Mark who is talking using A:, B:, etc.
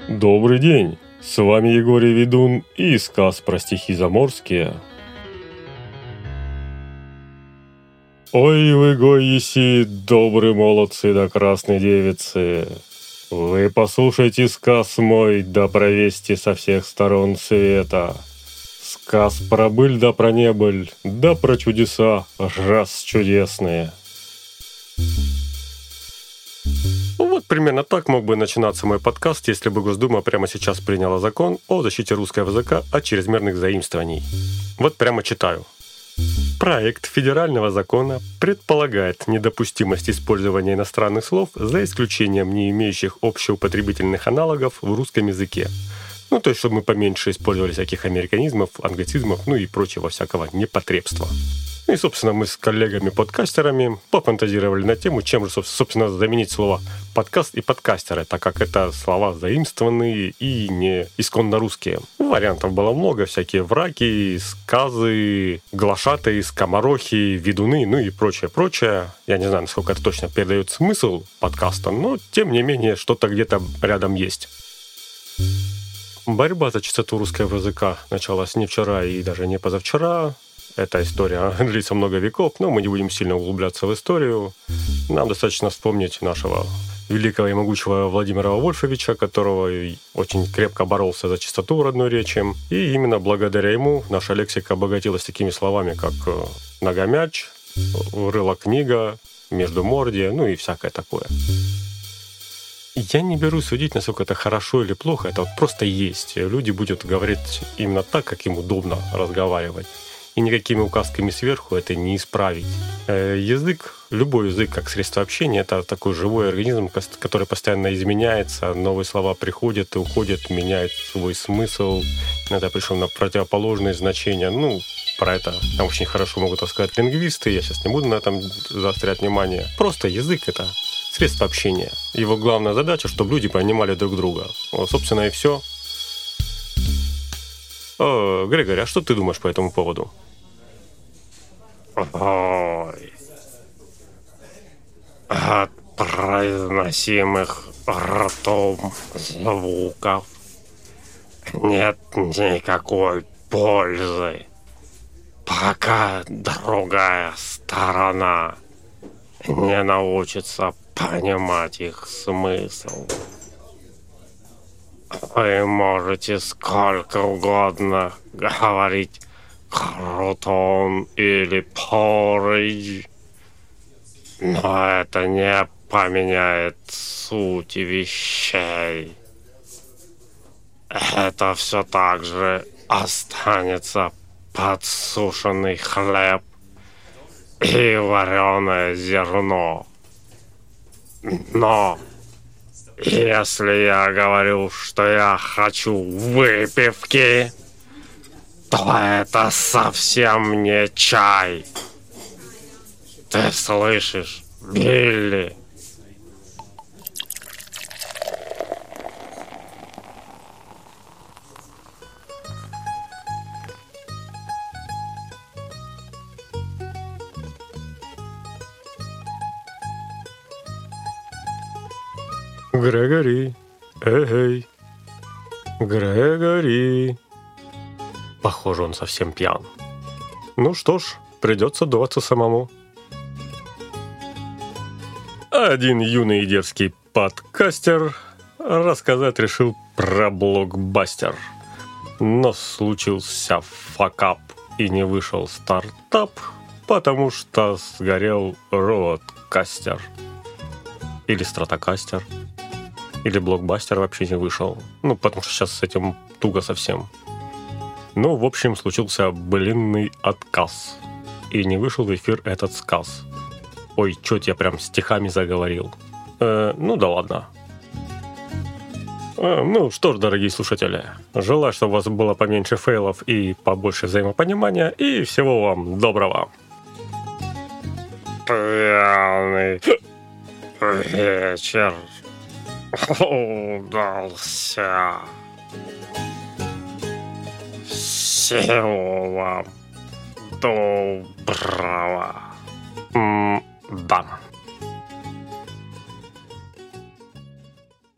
A: Добрый день, с вами Егорий Ведун и сказ про стихи заморские. Ой, вы гоиси, добрые молодцы да красные девицы, вы послушайте сказ мой, да провесьте со всех сторон света. Сказ про быль да про небыль, да про чудеса, раз чудесные. Вот примерно так мог бы начинаться мой подкаст, если бы Госдума прямо сейчас приняла закон о защите русского языка от чрезмерных заимствований. Вот прямо читаю. Проект федерального закона предполагает недопустимость использования иностранных слов за исключением не имеющих общеупотребительных аналогов в русском языке. То есть, чтобы мы поменьше использовали всяких американизмов, англицизмов, и прочего всякого непотребства. И, собственно, мы с коллегами-подкастерами пофантазировали на тему, чем же, собственно, заменить слово «подкаст» и «подкастеры», так как это слова заимствованные и не исконно русские. Вариантов было много, всякие враки, сказы, глашатые, скоморохи, ведуны, и прочее. Я не знаю, насколько это точно передает смысл подкаста, но, тем не менее, что-то где-то рядом есть. Борьба за чистоту русского языка началась не вчера и даже не позавчера. Эта история длится много веков, но мы не будем сильно углубляться в историю. Нам достаточно вспомнить нашего великого и могучего Владимира Вольфовича, которого очень крепко боролся за чистоту в родной речи. И именно благодаря ему наша лексика обогатилась такими словами, как «ногомяч», «рыло-книга», «междумордие», и всякое такое. Я не берусь судить, насколько это хорошо или плохо, это просто есть. Люди будут говорить именно так, как им удобно разговаривать. И никакими указками сверху это не исправить. Язык, любой язык как средство общения, это такой живой организм, который постоянно изменяется, новые слова приходят и уходят, меняют свой смысл, иногда пришел на противоположные значения. Про это там очень хорошо могут рассказать лингвисты, я сейчас не буду на этом заострять внимание. Просто язык — это средство общения. Его главная задача, чтобы люди понимали друг друга. Собственно, и все. Григорий, а что ты думаешь по этому поводу?
B: Ой. От произносимых ртом звуков нет никакой пользы, пока другая сторона не научится понимать их смысл. Вы можете сколько угодно говорить «крутон» или «порridge», но это не поменяет суть вещей. Это все так же останется подсушенный хлеб и вареное зерно. Но если я говорю, что я хочу выпивки, то это совсем не чай. Ты слышишь, Билли?
A: Грегори, эй, Грегори. Похоже, он совсем пьян. Что ж, придется дуваться самому. Один юный и дерзкий подкастер рассказать решил про блокбастер. Но случился факап и не вышел стартап, потому что сгорел роадкастер. Или стратокастер. Или блокбастер вообще не вышел. Потому что сейчас с этим туго совсем. В общем, случился блинный отказ. И не вышел в эфир этот сказ. Ой, чё-то я прям стихами заговорил. Да ладно. Что ж, дорогие слушатели, желаю, чтобы у вас было поменьше фейлов и побольше взаимопонимания. И всего вам доброго.
B: Пьяный вечер удался. Всего вам доброго.
A: Да.